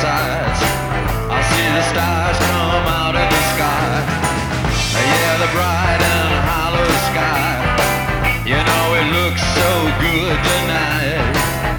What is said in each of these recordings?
sides. I see the stars come out of the sky. Yeah, the bright and hollow sky. You know it looks so good tonight.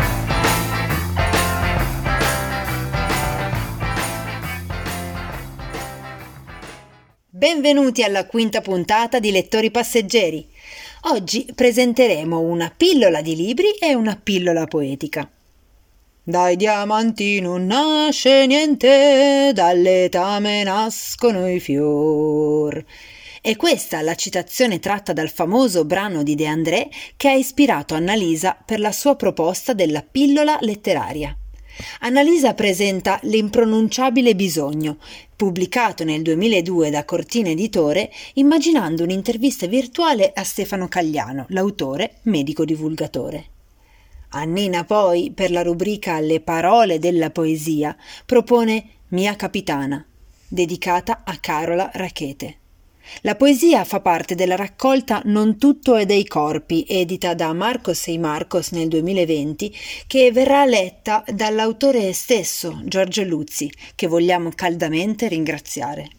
Benvenuti alla quinta puntata di Lettori Passeggeri. Oggi presenteremo una pillola di libri e una pillola poetica. Dai diamanti non nasce niente, dall'etame nascono i fior. E questa la citazione tratta dal famoso brano di De André che ha ispirato Annalisa per la sua proposta della pillola letteraria. Annalisa presenta L'impronunciabile bisogno, pubblicato nel 2002 da Cortina Editore, immaginando un'intervista virtuale a Stefano Cagliano, l'autore medico divulgatore. Annina poi, per la rubrica Le parole della poesia, propone Mia capitana, dedicata a Carola Rackete. La poesia fa parte della raccolta Non tutto è dei corpi, edita da Marcos e Marcos nel 2020, che verrà letta dall'autore stesso, Giorgio Luzzi, che vogliamo caldamente ringraziare.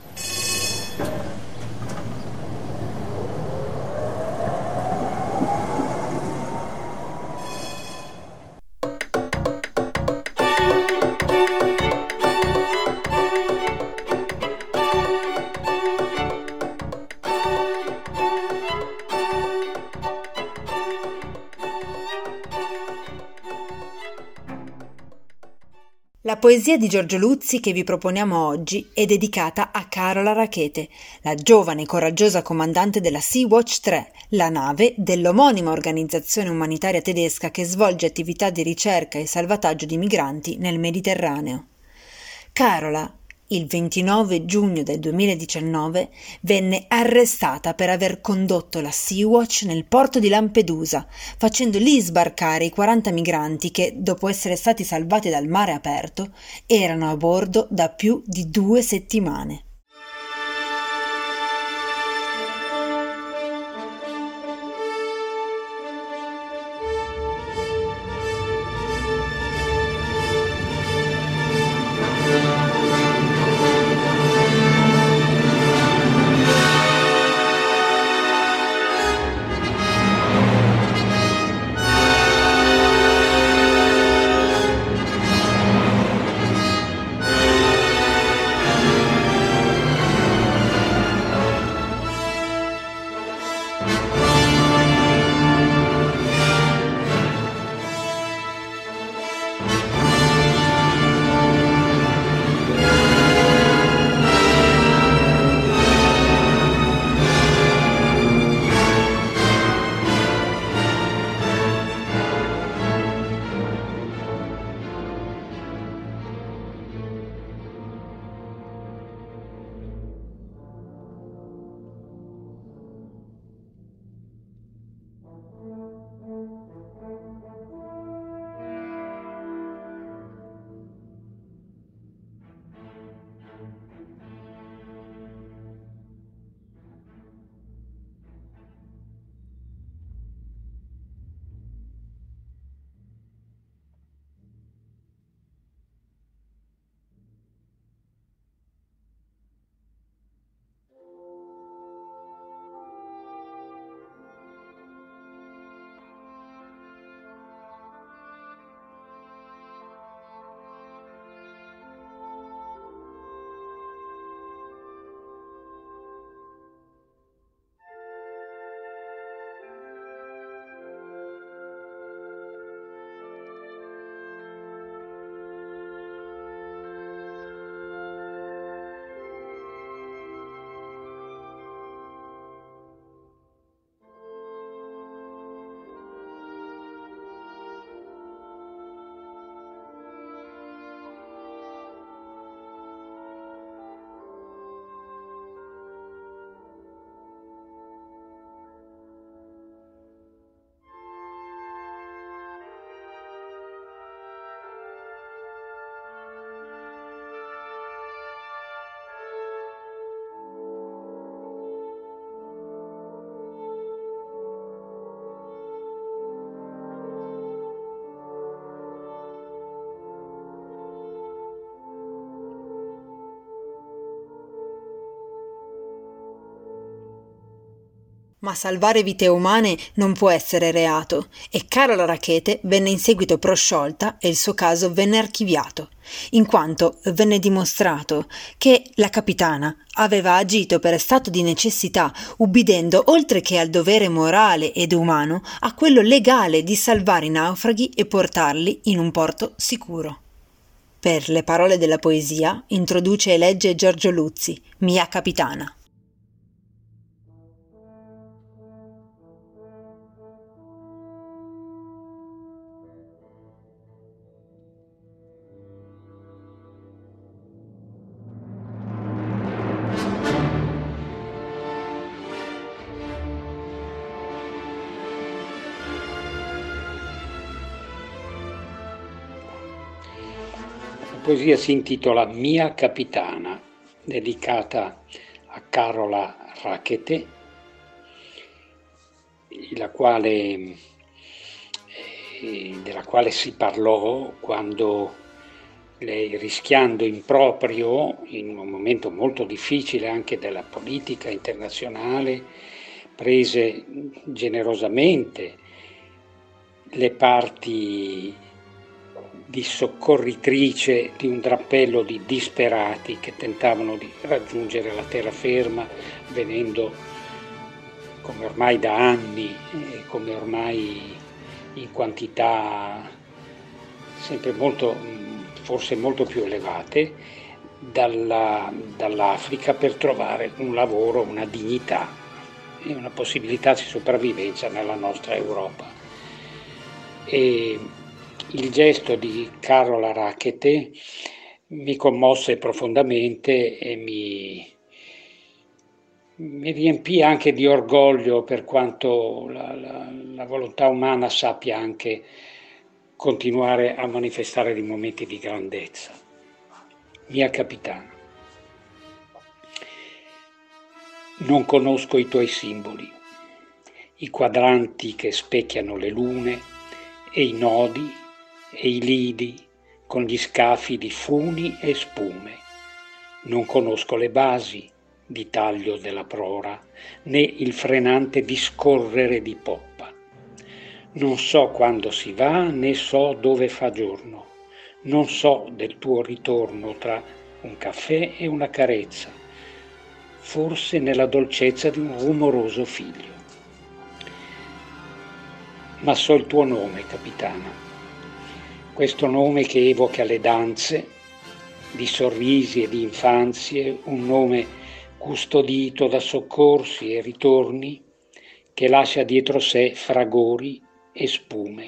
La poesia di Giorgio Luzzi che vi proponiamo oggi è dedicata a Carola Rackete, la giovane e coraggiosa comandante della Sea-Watch 3, la nave dell'omonima organizzazione umanitaria tedesca che svolge attività di ricerca e salvataggio di migranti nel Mediterraneo. Carola, il 29 giugno del 2019, venne arrestata per aver condotto la Sea-Watch nel porto di Lampedusa, facendo lì sbarcare i 40 migranti che, dopo essere stati salvati dal mare aperto, erano a bordo da più di 2 settimane. Ma salvare vite umane non può essere reato e Carola Rackete venne in seguito prosciolta e il suo caso venne archiviato, in quanto venne dimostrato che la capitana aveva agito per stato di necessità, ubbidendo oltre che al dovere morale ed umano a quello legale di salvare i naufraghi e portarli in un porto sicuro. Per le parole della poesia introduce e legge Giorgio Luzzi, Mia capitana. La poesia si intitola Mia capitana, dedicata a Carola Rackete, della quale si parlò quando lei, rischiando in proprio, in un momento molto difficile anche della politica internazionale, prese generosamente le parti di soccorritrice di un drappello di disperati che tentavano di raggiungere la terraferma, venendo, come ormai da anni, come ormai in quantità sempre molto, forse molto più elevate, dall'Africa per trovare un lavoro, una dignità e una possibilità di sopravvivenza nella nostra Europa. E il gesto di Carola Rackete mi commosse profondamente e mi riempì anche di orgoglio per quanto la volontà umana sappia anche continuare a manifestare dei momenti di grandezza. Mia capitana, non conosco i tuoi simboli, i quadranti che specchiano le lune e i nodi e i lidi con gli scafi di funi e spume. Non conosco le basi di taglio della prora, né il frenante discorrere di poppa. Non so quando si va, né so dove fa giorno. Non so del tuo ritorno tra un caffè e una carezza, forse nella dolcezza di un rumoroso figlio. Ma so il tuo nome, capitana. Questo nome che evoca le danze, di sorrisi e di infanzie, un nome custodito da soccorsi e ritorni, che lascia dietro sé fragori e spume.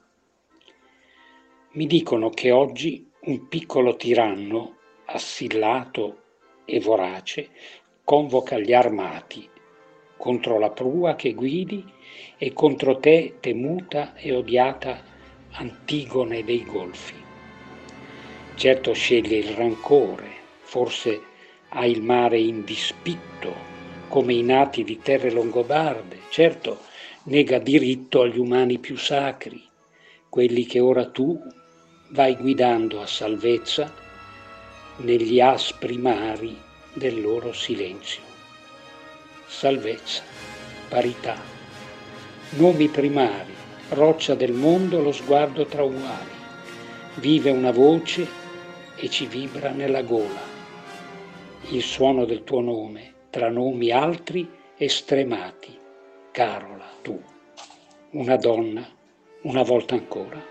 Mi dicono che oggi un piccolo tiranno, assillato e vorace, convoca gli armati contro la prua che guidi e contro te, temuta e odiata Antigone dei Golfi. Certo sceglie il rancore, forse ha il mare in dispitto, come i nati di terre longobarde, certo nega diritto agli umani più sacri, quelli che ora tu vai guidando a salvezza negli aspri mari del loro silenzio. Salvezza, parità, nomi primari, roccia del mondo, lo sguardo tra uguali, vive una voce e ci vibra nella gola, il suono del tuo nome, tra nomi altri e stremati, Carola, tu, una donna, una volta ancora.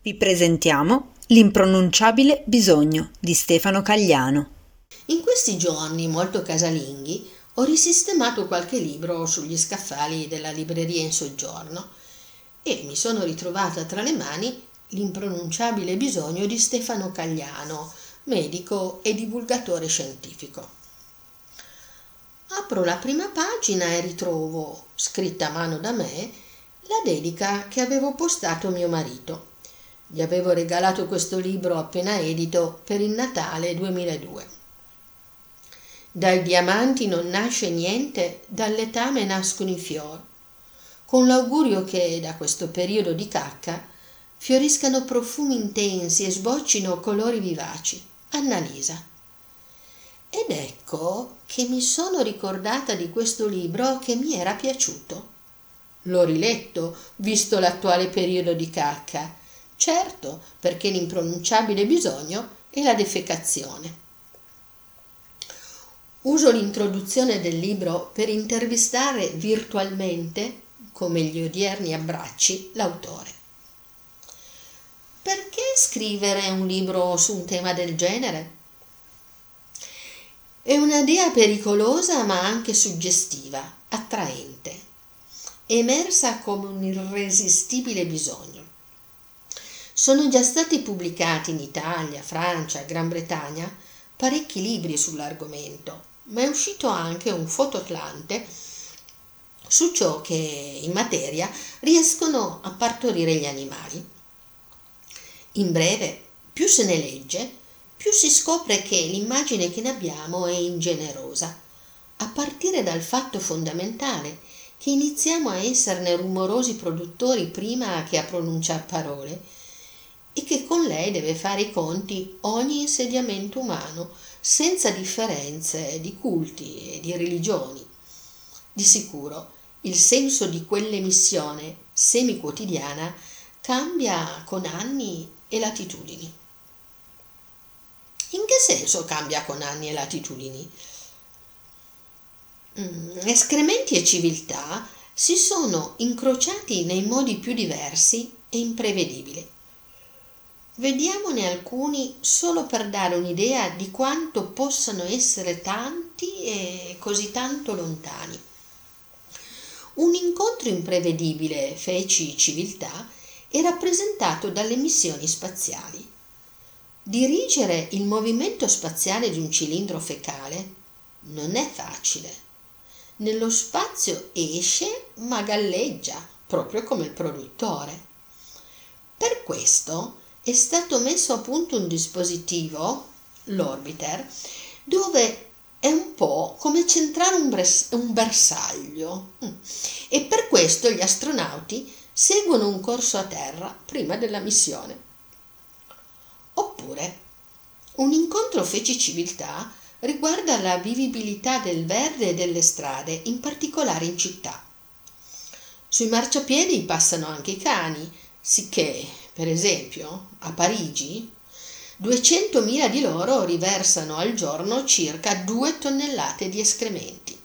Vi presentiamo L'impronunciabile bisogno di Stefano Cagliano. In questi giorni molto casalinghi ho risistemato qualche libro sugli scaffali della libreria in soggiorno e mi sono ritrovata tra le mani L'impronunciabile bisogno di Stefano Cagliano, medico e divulgatore scientifico. Apro la prima pagina e ritrovo, scritta a mano da me, la dedica che avevo postato a mio marito. Gli avevo regalato questo libro appena edito per il Natale 2002. Dai diamanti non nasce niente, dal letame nascono i fiori, con l'augurio che da questo periodo di cacca fioriscano profumi intensi e sboccino colori vivaci. Annalisa. Ed ecco che mi sono ricordata di questo libro che mi era piaciuto. L'ho riletto, visto l'attuale periodo di cacca. Certo, perché l'impronunciabile bisogno è la defecazione. Uso l'introduzione del libro per intervistare virtualmente, come gli odierni abbracci, l'autore. Perché scrivere un libro su un tema del genere? È un'idea pericolosa ma anche suggestiva, attraente, emersa come un irresistibile bisogno. Sono già stati pubblicati in Italia, Francia, Gran Bretagna parecchi libri sull'argomento, ma è uscito anche un fotoatlante su ciò che in materia riescono a partorire gli animali. In breve, più se ne legge, più si scopre che l'immagine che ne abbiamo è ingenerosa, a partire dal fatto fondamentale che iniziamo a esserne rumorosi produttori prima che a pronunciar parole, e che con lei deve fare i conti ogni insediamento umano senza differenze di culti e di religioni. Di sicuro il senso di quell'emissione semi-quotidiana cambia con anni e latitudini. In che senso cambia con anni e latitudini? Escrementi e civiltà si sono incrociati nei modi più diversi e imprevedibili. Vediamone alcuni solo per dare un'idea di quanto possano essere tanti e così tanto lontani. Un incontro imprevedibile, feci civiltà, è rappresentato dalle missioni spaziali. Dirigere il movimento spaziale di un cilindro fecale non è facile. Nello spazio esce ma galleggia, proprio come il produttore. Per questo è stato messo a punto un dispositivo, l'orbiter, dove è un po' come centrare un bersaglio. E per questo gli astronauti seguono un corso a terra prima della missione. Oppure, un incontro feci civiltà riguarda la vivibilità del verde e delle strade, in particolare in città. Sui marciapiedi passano anche i cani, sicché, per esempio, a Parigi 200.000 di loro riversano al giorno circa 2 tonnellate di escrementi.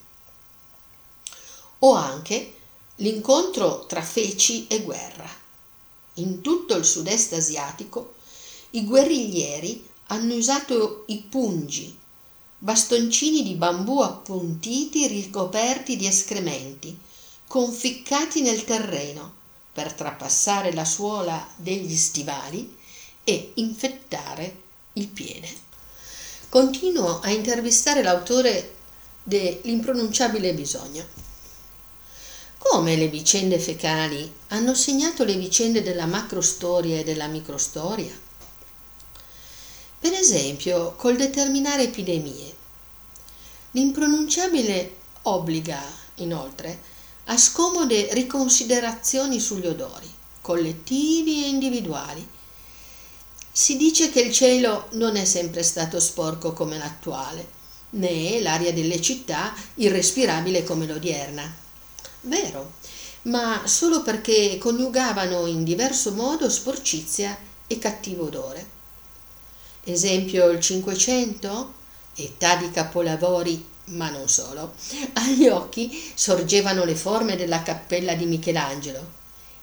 O anche l'incontro tra feci e guerra. In tutto il sud-est asiatico i guerriglieri hanno usato i pungi, bastoncini di bambù appuntiti ricoperti di escrementi, conficcati nel terreno, per trapassare la suola degli stivali e infettare il piede. Continuo a intervistare l'autore dell'impronunciabile bisogno. Come le vicende fecali hanno segnato le vicende della macrostoria e della microstoria? Per esempio, col determinare epidemie. L'impronunciabile obbliga, inoltre, a scomode riconsiderazioni sugli odori, collettivi e individuali. Si dice che il cielo non è sempre stato sporco come l'attuale, né l'aria delle città irrespirabile come l'odierna. Vero, ma solo perché coniugavano in diverso modo sporcizia e cattivo odore. Esempio il Cinquecento, età di capolavori, ma non solo. Agli occhi sorgevano le forme della cappella di Michelangelo,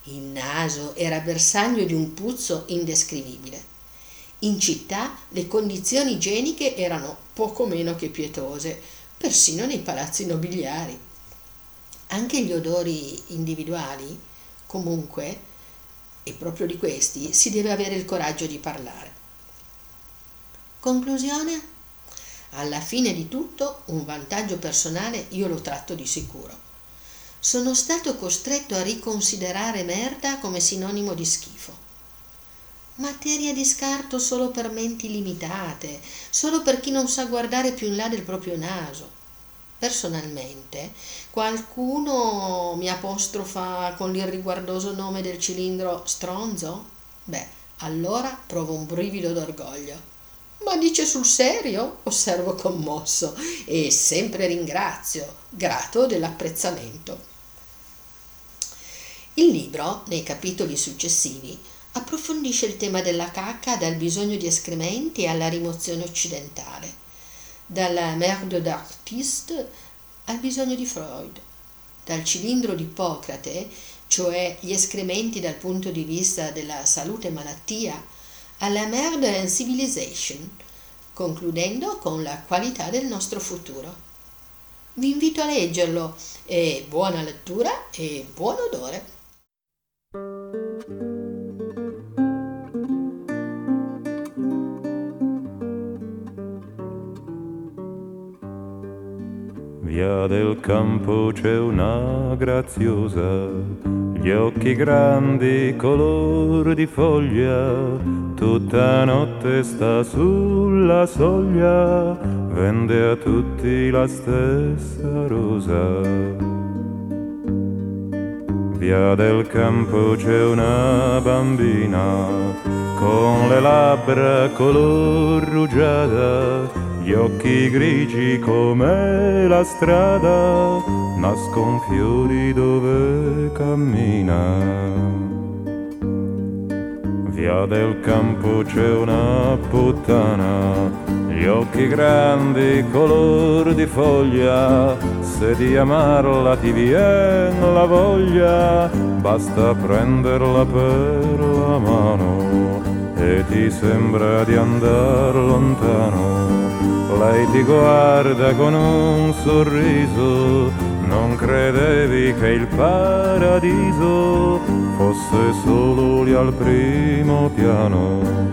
Il naso era bersaglio di un puzzo indescrivibile. In città le condizioni igieniche erano poco meno che pietose, persino nei palazzi nobiliari. Anche gli odori individuali, comunque, e proprio di questi si deve avere il coraggio di parlare. Conclusione? Alla fine di tutto, un vantaggio personale io lo tratto di sicuro. Sono stato costretto a riconsiderare merda come sinonimo di schifo. Materia di scarto solo per menti limitate, solo per chi non sa guardare più in là del proprio naso. Personalmente, qualcuno mi apostrofa con l'irriguardoso nome del cilindro stronzo? Beh, allora provo un brivido d'orgoglio. Ma dice sul serio? Osservo commosso e sempre ringrazio, grato dell'apprezzamento. Il libro, nei capitoli successivi, approfondisce il tema della cacca dal bisogno di escrementi alla rimozione occidentale, dalla merde d'artiste al bisogno di Freud, dal cilindro di Ippocrate, cioè gli escrementi dal punto di vista della salute e malattia, alla merde and civilization, concludendo con la qualità del nostro futuro. Vi invito a leggerlo e buona lettura e buon odore. Via del campo c'è una graziosa, gli occhi grandi color di foglia, tutta notte sta sulla soglia, vende a tutti la stessa rosa. Via del campo c'è una bambina, con le labbra color rugiada, gli occhi grigi come la strada, nascon fiori dove cammina. Via del campo c'è una puttana, gli occhi grandi color di foglia, se di amarla ti vien la voglia, basta prenderla per la mano e ti sembra di andar lontano. Lei ti guarda con un sorriso, non credevi che il paradiso fosse solo lì al primo piano.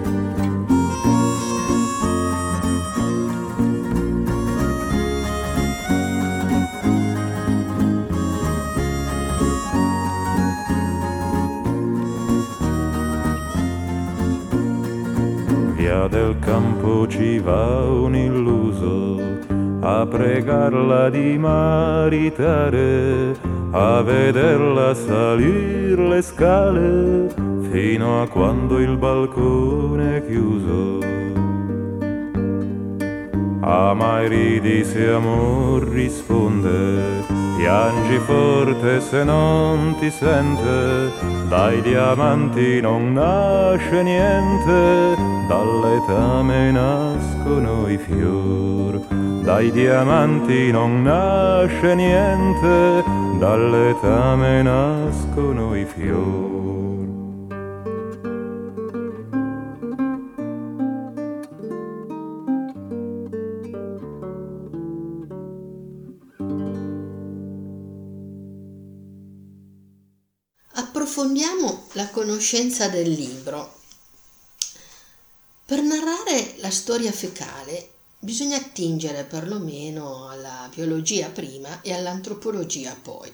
Via del campo ci va un illuso a pregarla di maritare, a vederla salir le scale fino a quando il balcone è chiuso. Ama e ridi se amor risponde, piangi forte se non ti sente, dai diamanti non nasce niente, dall'etame nascono i fior. Dai diamanti non nasce niente, dall'etame nascono i fior. Approfondiamo la conoscenza del libro. Per narrare la storia fecale bisogna attingere perlomeno alla biologia prima e all'antropologia poi.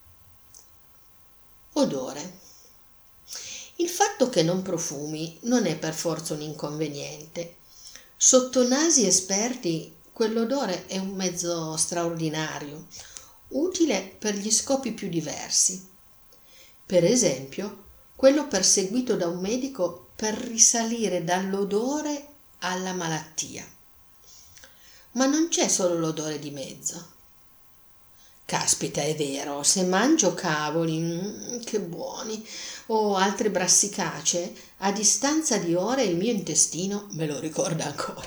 Odore. Il fatto che non profumi non è per forza un inconveniente. Sotto nasi esperti quell'odore è un mezzo straordinario, utile per gli scopi più diversi. Per esempio, quello perseguito da un medico per risalire dall'odore alla malattia. Ma non c'è solo l'odore di mezzo. Caspita, è vero, se mangio cavoli, che buoni, o altre brassicacee, a distanza di ore il mio intestino me lo ricorda ancora.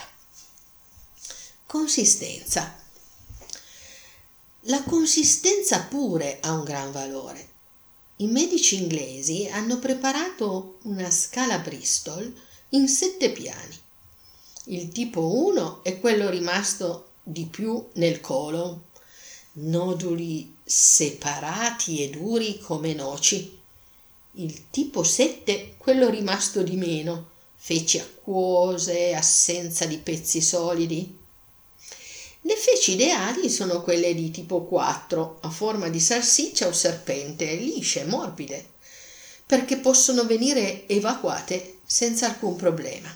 Consistenza. La consistenza pure ha un gran valore. I medici inglesi hanno preparato una scala Bristol in 7 piani. Il tipo 1 è quello rimasto di più nel colon, noduli separati e duri come noci. Il tipo 7, quello rimasto di meno, feci acquose, assenza di pezzi solidi. Le feci ideali sono quelle di tipo 4, a forma di salsiccia o serpente, lisce, morbide, perché possono venire evacuate senza alcun problema.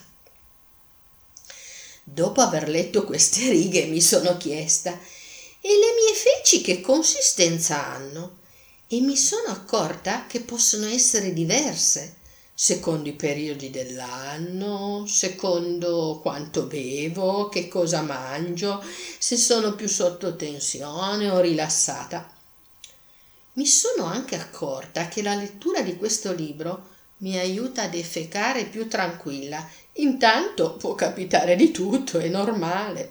Dopo aver letto queste righe mi sono chiesta: e le mie feci che consistenza hanno? E mi sono accorta che possono essere diverse, secondo i periodi dell'anno, secondo quanto bevo, che cosa mangio, se sono più sotto tensione o rilassata. Mi sono anche accorta che la lettura di questo libro mi aiuta a defecare più tranquilla. Intanto può capitare di tutto, è normale.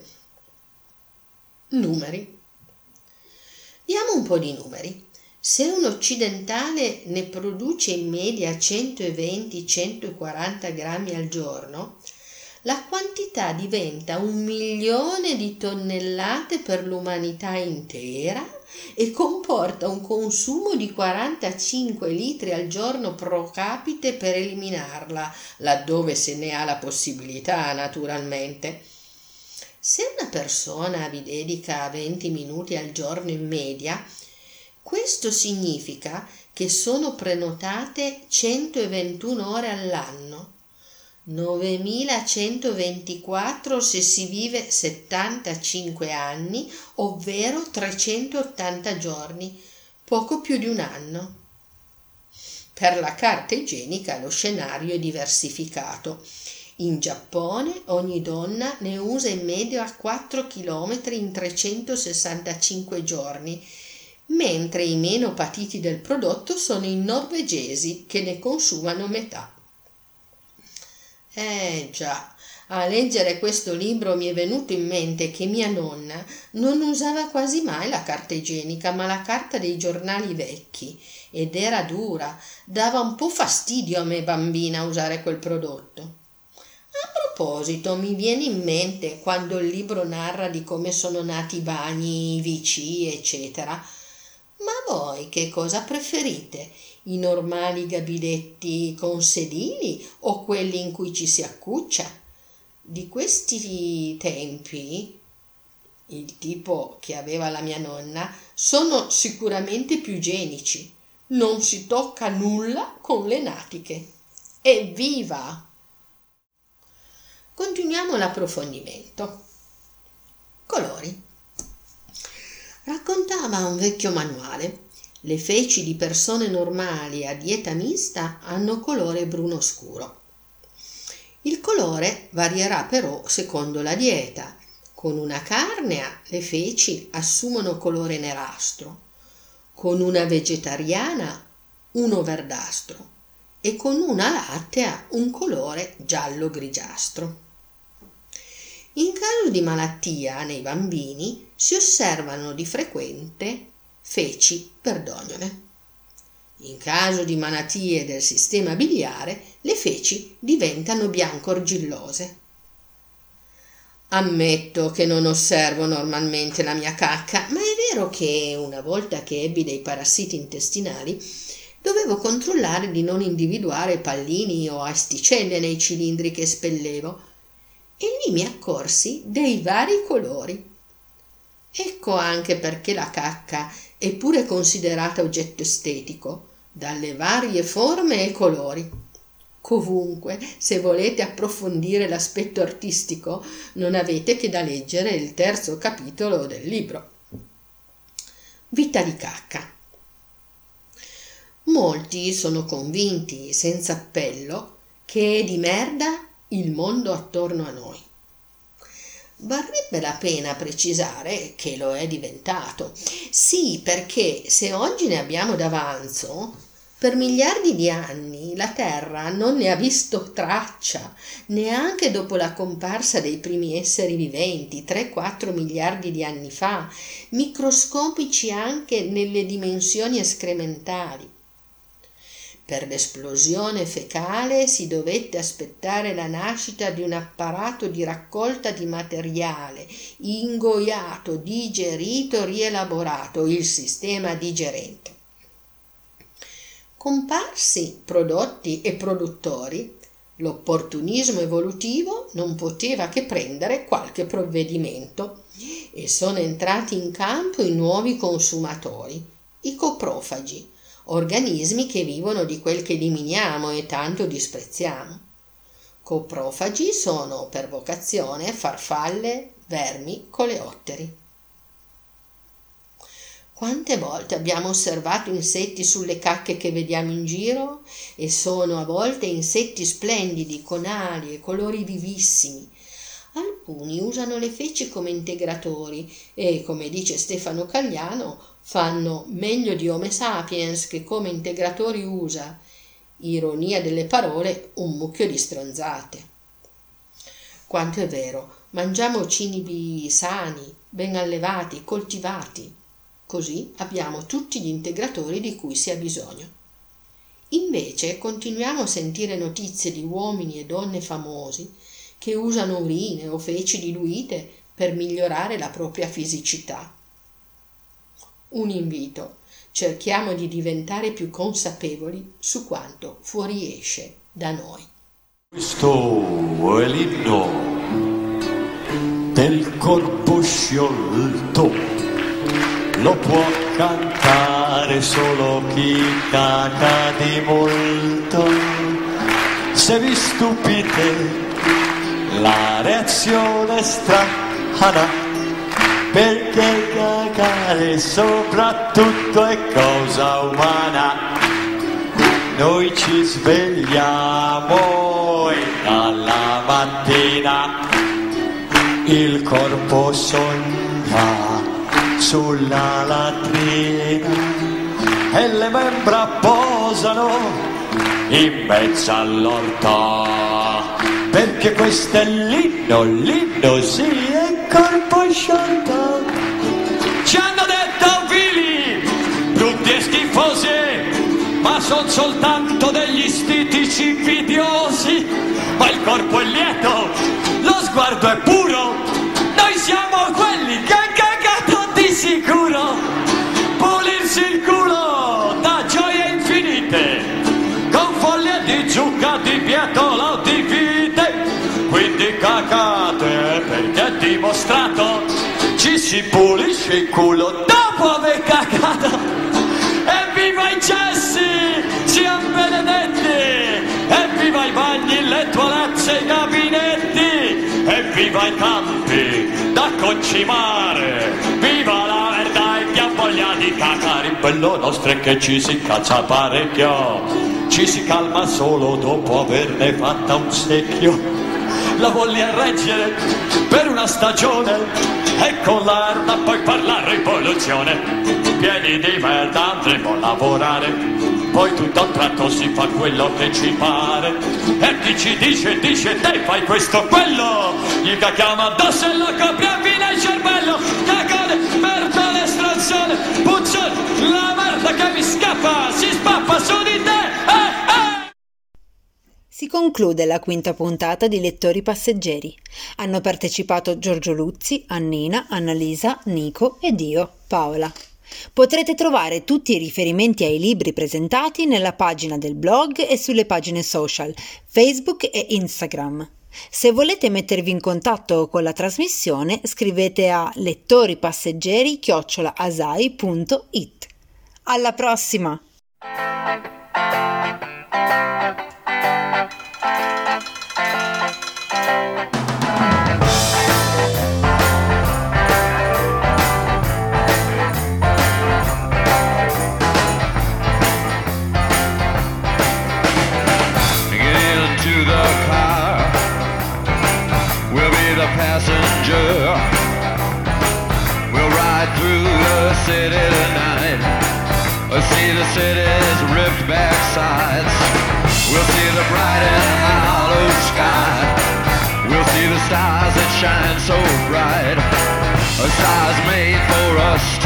Numeri. Diamo un po' di numeri. Se un occidentale ne produce in media 120-140 grammi al giorno, la quantità diventa 1 milione di tonnellate per l'umanità intera e comporta un consumo di 45 litri al giorno pro capite per eliminarla, laddove se ne ha la possibilità, naturalmente. Se una persona vi dedica 20 minuti al giorno in media, questo significa che sono prenotate 121 ore all'anno, 9.124 se si vive 75 anni, ovvero 380 giorni, poco più di un anno. Per la carta igienica lo scenario è diversificato. In Giappone ogni donna ne usa in media 4 km in 365 giorni, mentre i meno patiti del prodotto sono i norvegesi, che ne consumano metà. Già, a leggere questo libro mi è venuto in mente che mia nonna non usava quasi mai la carta igienica, ma la carta dei giornali vecchi, ed era dura, dava un po' fastidio a me bambina usare quel prodotto. A proposito, mi viene in mente quando il libro narra di come sono nati i bagni, i WC, eccetera. Ma voi che cosa preferite? I normali gabinetti con sedili o quelli in cui ci si accuccia? Di questi tempi, il tipo che aveva la mia nonna, sono sicuramente più igienici. Non si tocca nulla con le natiche. Evviva! Continuiamo l'approfondimento. Colori. Raccontava un vecchio manuale: le feci di persone normali a dieta mista hanno colore bruno scuro. Il colore varierà però secondo la dieta. Con una carnea le feci assumono colore nerastro, con una vegetariana uno verdastro e con una lattea un colore giallo-grigiastro. In caso di malattia nei bambini si osservano di frequente feci perdognole. In caso di malattie del sistema biliare le feci diventano bianco-argillose. Ammetto che non osservo normalmente la mia cacca, ma è vero che una volta che ebbi dei parassiti intestinali dovevo controllare di non individuare pallini o asticelle nei cilindri che espellevo, e lì mi accorsi dei vari colori. Ecco anche perché la cacca è pure considerata oggetto estetico, dalle varie forme e colori. Comunque, se volete approfondire l'aspetto artistico, non avete che da leggere il 3° capitolo del libro. Vita di cacca. Molti sono convinti, senza appello, che è di merda il mondo attorno a noi. Varrebbe la pena precisare che lo è diventato. Sì, perché se oggi ne abbiamo d'avanzo, per miliardi di anni la Terra non ne ha visto traccia, neanche dopo la comparsa dei primi esseri viventi, 3-4 miliardi di anni fa, microscopici anche nelle dimensioni escrementali. Per l'esplosione fecale si dovette aspettare la nascita di un apparato di raccolta di materiale, ingoiato, digerito, rielaborato, il sistema digerente. Comparsi prodotti e produttori, l'opportunismo evolutivo non poteva che prendere qualche provvedimento e sono entrati in campo i nuovi consumatori, i coprofagi, organismi che vivono di quel che diminiamo e tanto disprezziamo. Coprofagi sono per vocazione farfalle, vermi, coleotteri. Quante volte abbiamo osservato insetti sulle cacche che vediamo in giro e sono a volte insetti splendidi, con ali e colori vivissimi. Alcuni usano le feci come integratori e, come dice Stefano Cagliano, fanno meglio di Homo sapiens che come integratori usa, ironia delle parole, un mucchio di stronzate. Quanto è vero, mangiamo cibi sani, ben allevati, coltivati. Così abbiamo tutti gli integratori di cui si ha bisogno. Invece continuiamo a sentire notizie di uomini e donne famosi che usano urine o feci diluite per migliorare la propria fisicità. Un invito: cerchiamo di diventare più consapevoli su quanto fuoriesce da noi. Questo è l'inno del corpo sciolto, lo può cantare solo chi caca di molto. Se vi stupite, la reazione è strana, perché cagare soprattutto è cosa umana. Noi ci svegliamo e dalla mattina il corpo sogna sulla latrina e le membra posano in mezzo all'orto, perché questo è l'inno sì, è corpo sciolto. Ci hanno detto vili, brutti e schifosi, ma son soltanto degli istitici invidiosi. Ma il corpo è lieto, lo sguardo è puro, noi siamo quelli che han cagato di sicuro. Pulirsi il culo da gioie infinite, con foglie di zucca, di pietola o di vite. Quindi cacate perché è dimostrato, ci si pulisce il culo dopo aver cacato. Evviva i cessi, siamo benedetti, evviva i bagni, le toilette, i gabinetti, evviva i campi da concimare, viva la merda e chi ha voglia di cacare. Il bello nostro è che ci si incazza parecchio, ci si calma solo dopo averne fatta un secchio. La voglia reggere per una stagione e con l'arma poi per la rivoluzione. Pieni di merda andremo a lavorare, poi tutto a un tratto si fa quello che ci pare. E chi ci dice te fai questo o quello, gli cacchiamo addosso e lo copriamo nel cervello. Cagone, merda, stronzone, puzzone, la merda che mi scappa, si spappa su di te. Si conclude la quinta puntata di Lettori Passeggeri. Hanno partecipato Giorgio Luzzi, Annina, Annalisa, Nico ed io, Paola. Potrete trovare tutti i riferimenti ai libri presentati nella pagina del blog e sulle pagine social, Facebook e Instagram. Se volete mettervi in contatto con la trasmissione, scrivete a lettoripasseggeri@asai.it. Alla prossima! Passenger, we'll ride through the city tonight. See the city's ripped back sides. We'll see the bright and hollow sky. We'll see the stars that shine so bright. Stars made for us